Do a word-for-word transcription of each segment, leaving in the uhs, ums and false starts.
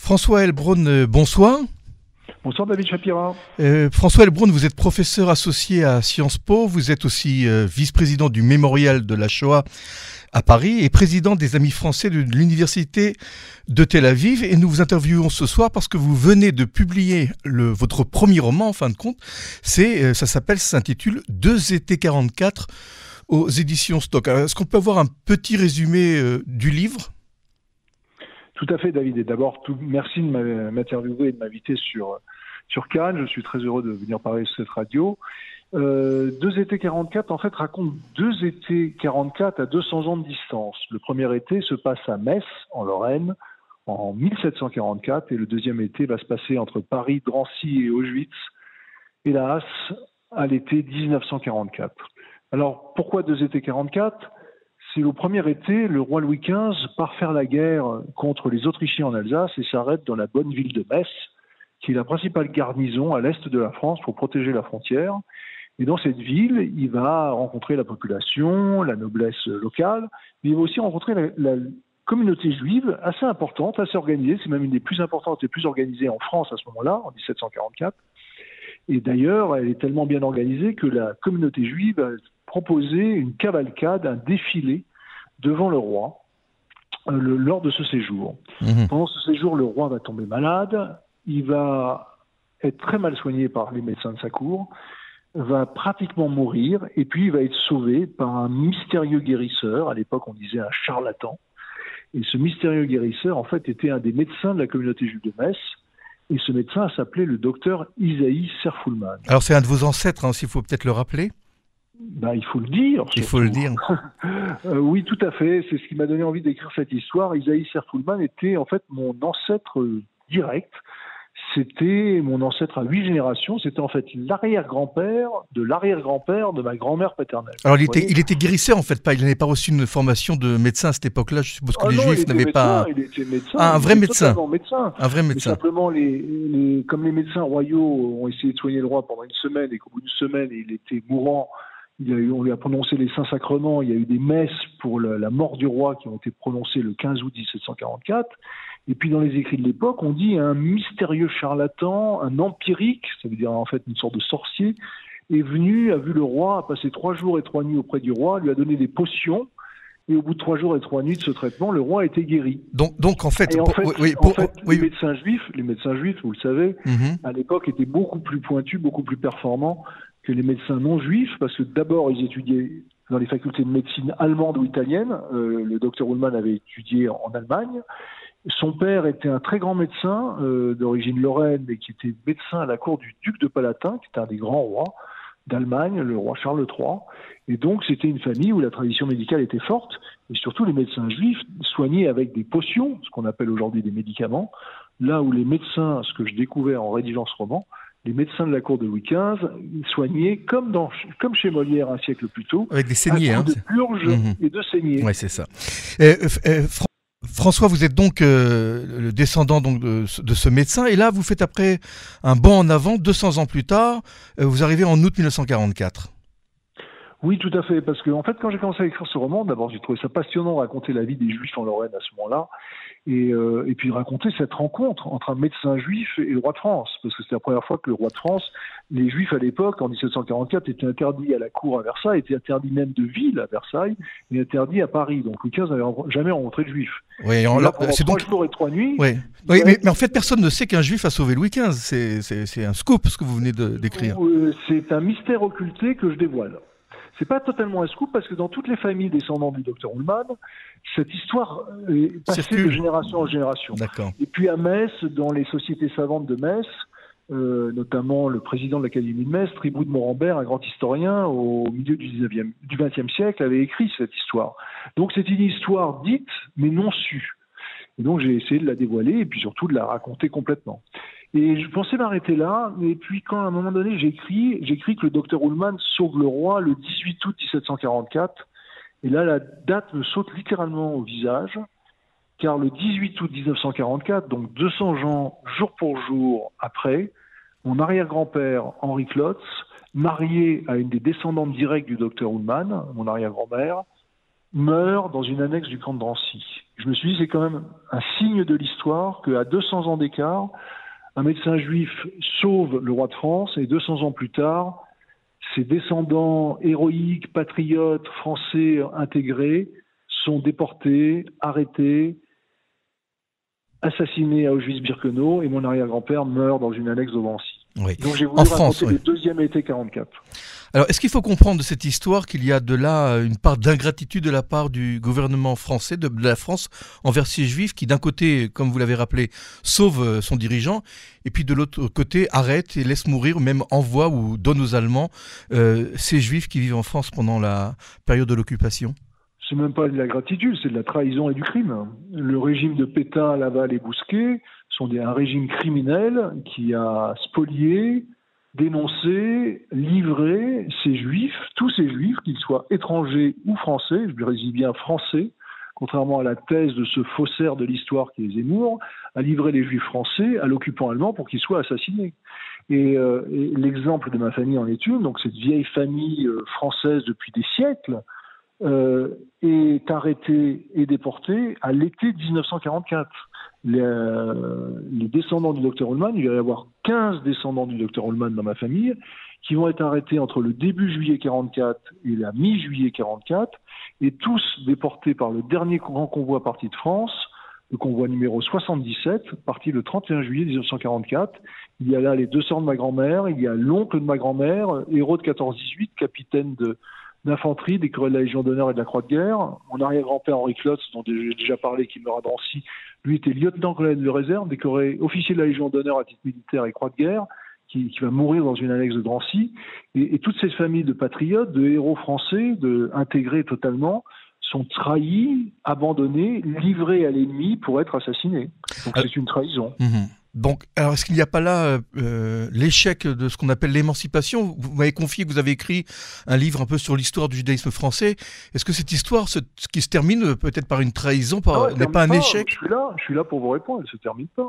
François Heilbronn, euh, bonsoir. Bonsoir David Shapira. Euh, François Heilbronn, vous êtes professeur associé à Sciences Po, vous êtes aussi euh, vice-président du Mémorial de la Shoah à Paris et président des Amis français de l'Université de Tel Aviv. Et nous vous interviewons ce soir parce que vous venez de publier le, votre premier roman, en fin de compte. C'est, euh, ça s'appelle, ça s'intitule « Deux étés quarante-quatre » aux éditions Stock. Alors, est-ce qu'on peut avoir un petit résumé euh, du livre ? Tout à fait David. Et d'abord, tout, merci de m'interviewer et de m'inviter sur, sur Cannes. Je suis très heureux de venir parler sur cette radio. Euh, deux étés quarante-quatre, en fait, raconte deux étés quarante-quatre à deux cents ans de distance. Le premier été se passe à Metz, en Lorraine, en mille sept cent quarante-quatre, et le deuxième été va se passer entre Paris, Drancy et Auschwitz, hélas, à l'été dix-neuf cent quarante-quatre. Alors, pourquoi deux étés quarante-quatre ? C'est au premier été, le roi Louis quinze part faire la guerre contre les Autrichiens en Alsace et s'arrête dans la bonne ville de Metz, qui est la principale garnison à l'est de la France pour protéger la frontière. Et dans cette ville, il va rencontrer la population, la noblesse locale, mais il va aussi rencontrer la, la communauté juive assez importante, assez organisée. C'est même une des plus importantes et plus organisées en France à ce moment-là, en dix-sept cent quarante-quatre. Et d'ailleurs, elle est tellement bien organisée que la communauté juive a proposé une cavalcade, un défilé devant le roi euh, le, lors de ce séjour. Mmh. Pendant ce séjour, le roi va tomber malade, il va être très mal soigné par les médecins de sa cour, va pratiquement mourir, et puis il va être sauvé par un mystérieux guérisseur. À l'époque, on disait un charlatan. Et ce mystérieux guérisseur, en fait, était un des médecins de la communauté juive de Metz. Et ce médecin s'appelait le docteur Isaïe Serfulman. Alors c'est un de vos ancêtres, hein, s'il faut peut-être le rappeler. Ben, il faut le dire. Il faut le dire. euh, oui, tout à fait. C'est ce qui m'a donné envie d'écrire cette histoire. Isaïe Serfulman était en fait mon ancêtre euh, direct. C'était mon ancêtre à huit générations. C'était en fait l'arrière-grand-père de l'arrière-grand-père de ma grand-mère paternelle. Alors il était, il était guérisseur en fait, pas. Il n'avait pas reçu une formation de médecin à cette époque-là. Je suppose que ah les non, Juifs n'avaient pas. Il était médecin. Ah, un vrai médecin. médecin. Un vrai médecin. Mais simplement, les, les, comme les médecins royaux ont essayé de soigner le roi pendant une semaine et qu'au bout d'une semaine il était mourant. Il y a eu, on lui a prononcé les saints sacrements, il y a eu des messes pour le, la mort du roi qui ont été prononcées le quinze août dix-sept cent quarante-quatre. Et puis dans les écrits de l'époque, on dit un mystérieux charlatan, un empirique, ça veut dire en fait une sorte de sorcier, est venu, a vu le roi, a passé trois jours et trois nuits auprès du roi, lui a donné des potions, et au bout de trois jours et trois nuits de ce traitement, le roi a été guéri. Donc, donc en fait, et en pour, fait, oui, en pour, fait oui. les médecins juifs, les médecins juifs, vous le savez, mm-hmm. à l'époque étaient beaucoup plus pointus, beaucoup plus performants que les médecins non juifs, parce que d'abord ils étudiaient dans les facultés de médecine allemandes ou italiennes. Euh, le docteur Ullmann avait étudié en Allemagne. Son père était un très grand médecin euh, d'origine lorraine, mais qui était médecin à la cour du duc de Palatin, qui était un des grands rois d'Allemagne, le roi Charles trois. Et donc c'était une famille où la tradition médicale était forte, et surtout les médecins juifs soignaient avec des potions, ce qu'on appelle aujourd'hui des médicaments, là où les médecins, ce que je découvrais en rédigeant ce roman, les médecins de la cour de Louis quinze soignaient comme, dans, comme chez Molière un siècle plus tôt, avec des saignées, à hein, coups de purge mmh. et de saignées. Oui, c'est ça. Euh, euh, Fr- François, vous êtes donc euh, le descendant donc, de, de ce médecin, et là, vous faites après un bond en avant, deux cents ans plus tard, euh, vous arrivez en août mille neuf cent quarante-quatre. Oui, tout à fait, parce que en fait, quand j'ai commencé à écrire ce roman, d'abord, j'ai trouvé ça passionnant de raconter la vie des Juifs en Lorraine à ce moment-là, et, euh, et puis raconter cette rencontre entre un médecin juif et le roi de France, parce que c'était la première fois que le roi de France, les Juifs à l'époque, en dix-sept cent quarante-quatre, étaient interdits à la cour à Versailles, étaient interdits même de ville à Versailles, et interdits à Paris. Donc Louis quinze n'avait jamais rencontré de Juifs. Oui, en là, pendant c'est trois donc... jours et trois nuits. Oui, oui mais, mais en fait, personne ne sait qu'un Juif a sauvé Louis quinze. C'est, c'est, c'est un scoop ce que vous venez de, d'écrire. C'est un mystère occulté que je dévoile. C'est pas totalement un scoop parce que dans toutes les familles descendants du docteur Ullmann, cette histoire est passée Circule. de génération en génération. D'accord. Et puis à Metz, dans les sociétés savantes de Metz, euh, notamment le président de l'Académie de Metz, Tribou de Morambert, un grand historien, au milieu du dix-neuvième, du vingtième siècle, avait écrit cette histoire. Donc c'est une histoire dite, mais non sue. Et donc j'ai essayé de la dévoiler et puis surtout de la raconter complètement. Et je pensais m'arrêter là, mais puis quand à un moment donné j'écris, j'écris que le docteur Ullmann sauve le roi le dix-huit août dix-sept cent quarante-quatre, et là la date me saute littéralement au visage, car le dix-huit août dix-neuf cent quarante-quatre, donc deux cents ans jour pour jour après, mon arrière-grand-père Henri Klotz, marié à une des descendantes directes du docteur Ullmann, mon arrière-grand-mère, meurt dans une annexe du camp de Drancy. Je me suis dit, c'est quand même un signe de l'histoire qu'à deux cents ans d'écart, un médecin juif sauve le roi de France et deux cents ans plus tard, ses descendants héroïques, patriotes, français intégrés sont déportés, arrêtés, assassinés à Auschwitz-Birkenau et mon arrière-grand-père meurt dans une annexe de Drancy. Oui. Donc j'ai voulu En raconter France, oui. le deuxième été quarante-quatre. Alors, est-ce qu'il faut comprendre de cette histoire qu'il y a de là une part d'ingratitude de la part du gouvernement français, de, de la France, envers ces juifs qui, d'un côté, comme vous l'avez rappelé, sauve son dirigeant, et puis de l'autre côté, arrête et laisse mourir, ou même envoie ou donne aux Allemands euh, ces juifs qui vivent en France pendant la période de l'occupation? C'est même pas de la gratitude, c'est de la trahison et du crime. Le régime de Pétain, Laval et Bousquet sont des, un régime criminel qui a spolié, dénoncé, livré ces juifs, tous ces juifs, qu'ils soient étrangers ou français, je dirais bien français, contrairement à la thèse de ce faussaire de l'histoire qui est Zemmour, a livré les juifs français à l'occupant allemand pour qu'ils soient assassinés. Et, euh, et l'exemple de ma famille en est une, donc cette vieille famille euh, française depuis des siècles, Euh, est arrêté et déporté à l'été dix-neuf cent quarante-quatre. Les, euh, les descendants du docteur Ullmann, il va y avoir quinze descendants du docteur Ullmann dans ma famille, qui vont être arrêtés entre le début juillet quarante-quatre et la mi-juillet quarante-quatre, et tous déportés par le dernier grand convoi parti de France, le convoi numéro soixante-dix-sept, parti le trente et un juillet dix-neuf cent quarante-quatre. Il y a là les deux sœurs de ma grand-mère, il y a l'oncle de ma grand-mère, héros de quatorze dix-huit, capitaine de d'infanterie, décoré de la Légion d'honneur et de la Croix de guerre. Mon arrière-grand-père Henri Klotz, dont j'ai déjà parlé, qui meurt à Drancy, lui était lieutenant-colonel de réserve, décoré officier de la Légion d'honneur à titre militaire et Croix de guerre, qui, qui va mourir dans une annexe de Drancy. Et, et toutes ces familles de patriotes, de héros français, de, intégrés totalement, sont trahis, abandonnés, livrés à l'ennemi pour être assassinés. Donc ah. c'est une trahison. Mmh. Donc, alors est-ce qu'il n'y a pas là euh, l'échec de ce qu'on appelle l'émancipation? Vous m'avez confié que vous avez écrit un livre un peu sur l'histoire du judaïsme français. Est-ce que cette histoire, ce, qui se termine peut-être par une trahison, par, n'est pas un pas. échec? Je suis là, je suis là pour vous répondre. Elle ne se termine pas.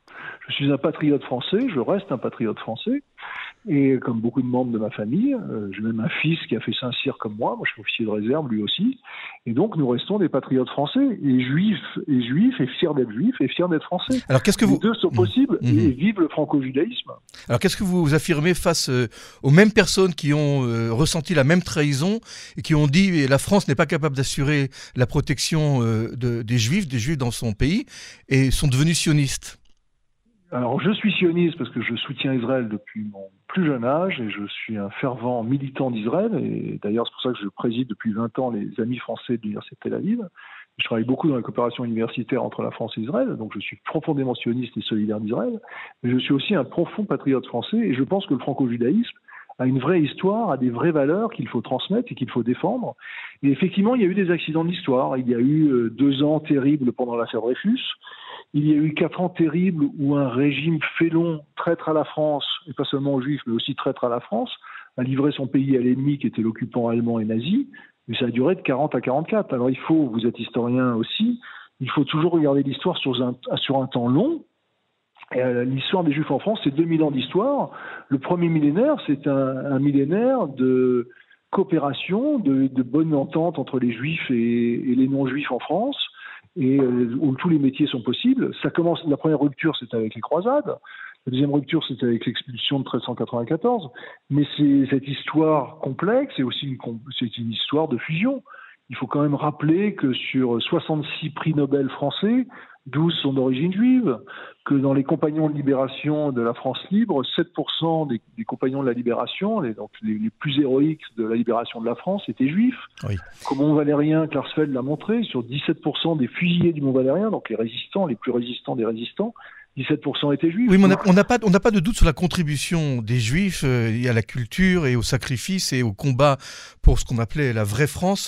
Je suis un patriote français, je reste un patriote français. Et comme beaucoup de membres de ma famille, euh, j'ai même un fils qui a fait Saint-Cyr comme moi, moi je suis officier de réserve, lui aussi. Et donc nous restons des patriotes français, et juifs, et juifs, et fiers d'être juifs, et fiers d'être français. Alors qu'est-ce que vous... Les deux sont possibles, mmh. et vive le franco-judaïsme. Alors qu'est-ce que vous affirmez face euh, aux mêmes personnes qui ont euh, ressenti la même trahison, et qui ont dit la France n'est pas capable d'assurer la protection euh, de, des juifs, des juifs dans son pays, et sont devenus sionistes? Alors, je suis sioniste parce que je soutiens Israël depuis mon plus jeune âge et je suis un fervent militant d'Israël. Et d'ailleurs, c'est pour ça que je préside depuis vingt ans les Amis français de l'Université de Tel Aviv. Je travaille beaucoup dans la coopération universitaire entre la France et Israël, donc je suis profondément sioniste et solidaire d'Israël. Mais je suis aussi un profond patriote français et je pense que le franco-judaïsme a une vraie histoire, a des vraies valeurs qu'il faut transmettre et qu'il faut défendre. Et effectivement, il y a eu des accidents de l'histoire. Il y a eu deux ans terribles pendant l'affaire Dreyfus. Il y a eu quatre ans terribles où un régime félon, traître à la France, et pas seulement aux Juifs, mais aussi traître à la France, a livré son pays à l'ennemi qui était l'occupant allemand et nazi, mais ça a duré de quarante à quarante-quatre. Alors il faut, vous êtes historien aussi, il faut toujours regarder l'histoire sur un, sur un temps long. Et l'histoire des Juifs en France, c'est deux mille ans d'histoire. Le premier millénaire, c'est un, un millénaire de coopération, de, de bonne entente entre les Juifs et, et les non-Juifs en France, et où tous les métiers sont possibles. Ça commence, la première rupture, c'était avec les croisades. La deuxième rupture, c'était avec l'expulsion de treize cent quatre-vingt-quatorze. Mais c'est cette histoire complexe, c'est aussi une, c'est une histoire de fusion. Il faut quand même rappeler que sur soixante-six prix Nobel français, douze sont d'origine juive, que dans les compagnons de libération de la France libre, sept pour cent des, des compagnons de la libération, les, donc les, les plus héroïques de la libération de la France, étaient juifs. Oui. Comme Mont Valérien, Klarsfeld l'a montré, sur dix-sept pour cent des fusillés du Mont Valérien, donc les résistants, les plus résistants des résistants, dix-sept pour cent étaient juifs. Oui, mais on n'a pas, on n'a pas de doute sur la contribution des juifs euh, à la culture et au sacrifice et au combat pour ce qu'on appelait la vraie France.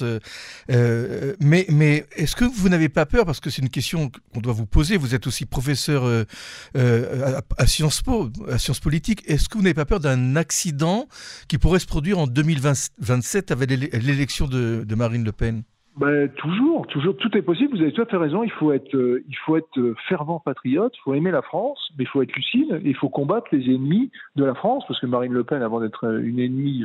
Euh, mais mais est-ce que vous n'avez pas peur, parce que c'est une question qu'on doit vous poser, vous êtes aussi professeur euh, euh, à, à Sciences Po, à Sciences Politiques, est-ce que vous n'avez pas peur d'un accident qui pourrait se produire en deux mille vingt-sept avec l'élection de, de Marine Le Pen ? Ben, toujours, toujours, tout est possible. Vous avez tout à fait raison. Il faut être, euh, il faut être fervent patriote. Il faut aimer la France, mais il faut être lucide. Et il faut combattre les ennemis de la France, parce que Marine Le Pen, avant d'être une ennemie,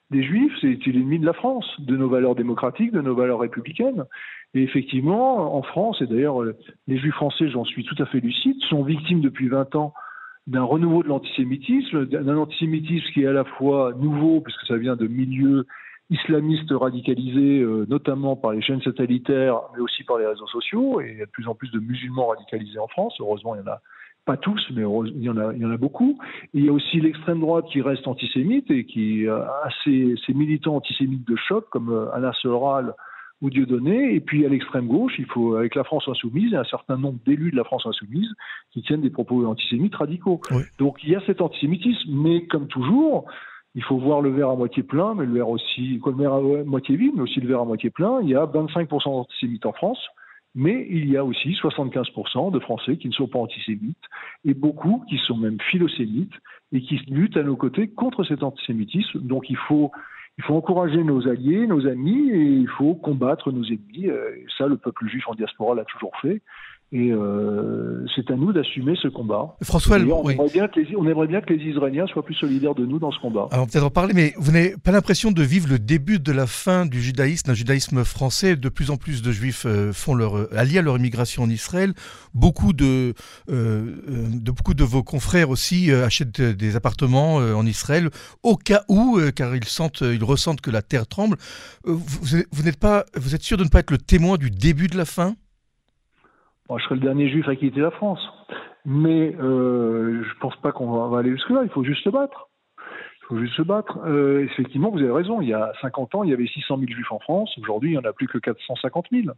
des Juifs, c'est l'ennemi de la France, de nos valeurs démocratiques, de nos valeurs républicaines. Et effectivement, en France, et d'ailleurs les Juifs français, j'en suis tout à fait lucide, sont victimes depuis vingt ans d'un renouveau de l'antisémitisme, d'un antisémitisme qui est à la fois nouveau, puisque ça vient de milieux islamistes radicalisés, euh, notamment par les chaînes satellitaires, mais aussi par les réseaux sociaux, et il y a de plus en plus de musulmans radicalisés en France. Heureusement, il y en a pas tous, mais il y en a, il y en a beaucoup. Et il y a aussi l'extrême droite qui reste antisémite et qui a ses, ses militants antisémites de choc, comme euh, Alain Soral ou Dieudonné. Et puis à l'extrême gauche, il faut, avec la France insoumise, il y a un certain nombre d'élus de la France insoumise qui tiennent des propos antisémites radicaux. Oui. Donc il y a cet antisémitisme, mais comme toujours, il faut voir le verre à moitié plein, mais le verre aussi, quoi, le verre à moitié vide, mais aussi le verre à moitié plein. Il y a vingt-cinq pour cent d'antisémites en France, mais il y a aussi soixante-quinze pour cent de Français qui ne sont pas antisémites, et beaucoup qui sont même philosémites, et qui luttent à nos côtés contre cet antisémitisme. Donc il faut, il faut encourager nos alliés, nos amis, et il faut combattre nos ennemis. Et ça, le peuple juif en diaspora l'a toujours fait. Et euh, c'est à nous d'assumer ce combat. François, on, oui. aimerait bien que les, on aimerait bien que les Israéliens soient plus solidaires de nous dans ce combat. Alors peut-être en parler, mais vous n'avez pas l'impression de vivre le début de la fin du judaïsme, d'un judaïsme français. De plus en plus de juifs euh, font leur, euh, allient leur immigration en Israël. Beaucoup de, euh, de, beaucoup de vos confrères aussi euh, achètent des appartements euh, en Israël, au cas où, euh, car ils, sentent, ils ressentent que la terre tremble. Euh, vous, vous, n'êtes pas, vous êtes sûr de ne pas être le témoin du début de la fin ? Bon, je serai le dernier juif à quitter la France. Mais euh, je ne pense pas qu'on va, va aller jusque-là. Il faut juste se battre. Il faut juste se battre. Euh, effectivement, vous avez raison. Il y a cinquante ans, il y avait six cent mille juifs en France. Aujourd'hui, il n'y en a plus que quatre cent cinquante mille.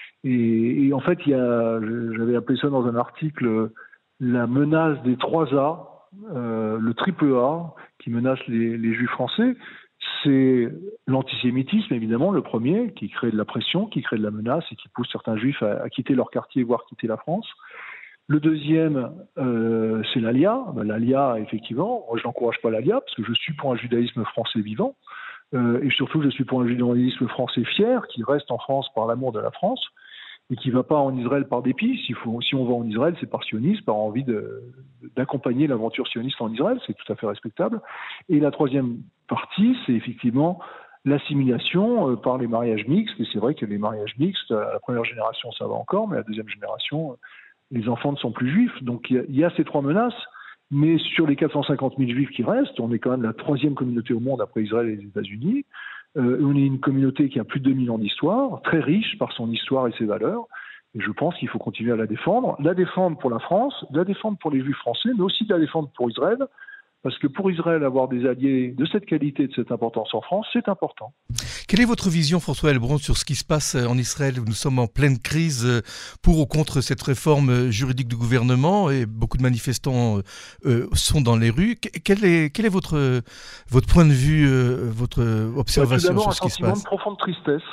Et, et en fait, il y a, j'avais appelé ça dans un article, la menace des trois A, euh, le triple A, qui menace les, les juifs français. C'est l'antisémitisme, évidemment, le premier, qui crée de la pression, qui crée de la menace et qui pousse certains juifs à, à quitter leur quartier, voire quitter la France. Le deuxième, euh, c'est l'Alia. Ben, L'Alia, effectivement, moi, je n'encourage pas l'Alia, parce que je suis pour un judaïsme français vivant, euh, et surtout, je suis pour un judaïsme français fier, qui reste en France par l'amour de la France, et qui ne va pas en Israël par dépit. Si, faut, si on va en Israël, c'est par sionisme, par envie de, d'accompagner l'aventure sioniste en Israël, c'est tout à fait respectable. Et la troisième partie, c'est effectivement l'assimilation euh, par les mariages mixtes. Et c'est vrai que les mariages mixtes, à la première génération, ça va encore, mais à la deuxième génération, euh, les enfants ne sont plus juifs. Donc il y, y a ces trois menaces. Mais sur les quatre cent cinquante mille juifs qui restent, on est quand même la troisième communauté au monde après Israël et les États-Unis. Euh, on est une communauté qui a plus de deux mille ans d'histoire, très riche par son histoire et ses valeurs. Et je pense qu'il faut continuer à la défendre. La défendre pour la France, la défendre pour les Juifs français, mais aussi la défendre pour Israël. Parce que pour Israël, avoir des alliés de cette qualité, de cette importance en France, c'est important. Quelle est votre vision, François Heilbronn, sur ce qui se passe en Israël ? Nous sommes en pleine crise pour ou contre cette réforme juridique du gouvernement et beaucoup de manifestants euh, sont dans les rues. Quel est, quel est votre, votre point de vue, euh, votre observation bah, sur ce qui se passe ? Un sentiment de profonde tristesse.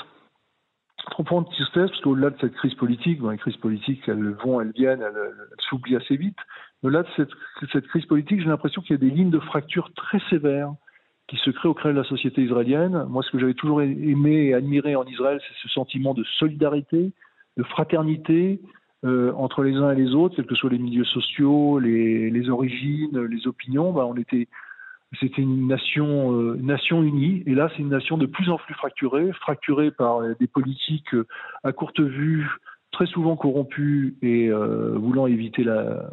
Profonde tristesse, parce qu'au-delà de cette crise politique, bon, les crises politiques, elles vont, elles viennent, elles, elles s'oublient assez vite. Au-delà de cette, cette crise politique, j'ai l'impression qu'il y a des lignes de fracture très sévères qui se créent au cœur de la société israélienne. Moi, ce que j'avais toujours aimé et admiré en Israël, c'est ce sentiment de solidarité, de fraternité euh, entre les uns et les autres, quels que soient les milieux sociaux, les, les origines, les opinions. Ben, on était, c'était une nation, euh, nation unie. Et là, c'est une nation de plus en plus fracturée, fracturée par des politiques à courte vue, très souvent corrompues et euh, voulant éviter la...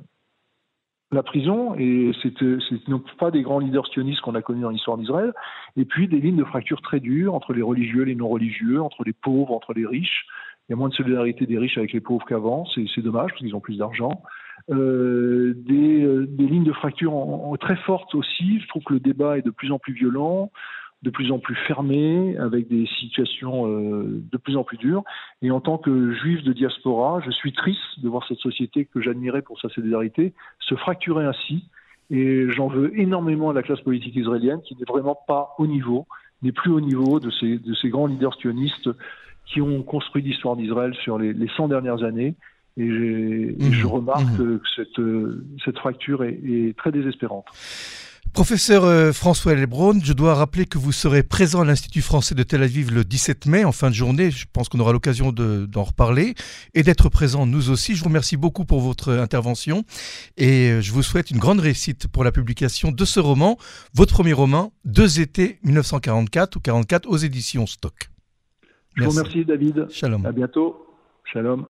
la prison, et c'est, c'est non pas des grands leaders sionistes qu'on a connus dans l'histoire d'Israël, et puis des lignes de fracture très dures entre les religieux et les non-religieux, entre les pauvres, entre les riches. Il y a moins de solidarité des riches avec les pauvres qu'avant, c'est, c'est dommage, parce qu'ils ont plus d'argent. Euh, des, des lignes de fracture en, en, très fortes aussi. Je trouve que le débat est de plus en plus violent, de plus en plus fermé, avec des situations euh, de plus en plus dures. Et en tant que juif de diaspora, je suis triste de voir cette société que j'admirais pour sa solidarité se fracturer ainsi. Et j'en veux énormément à la classe politique israélienne qui n'est vraiment pas au niveau, n'est plus au niveau de ces, de ces grands leaders sionistes qui ont construit l'histoire d'Israël sur les, les cent dernières années. Et, j'ai, mmh, et je remarque mmh. que cette, cette fracture est, est très désespérante. Professeur euh, François Heilbronn, je dois rappeler que vous serez présent à l'Institut français de Tel Aviv le dix-sept mai, en fin de journée. Je pense qu'on aura l'occasion de, d'en reparler et d'être présent nous aussi. Je vous remercie beaucoup pour votre intervention et je vous souhaite une grande réussite pour la publication de ce roman, votre premier roman, Deux étés mille neuf cent quarante-quatre ou quarante-quatre aux éditions Stock. Je vous remercie David. Shalom. À bientôt. Shalom.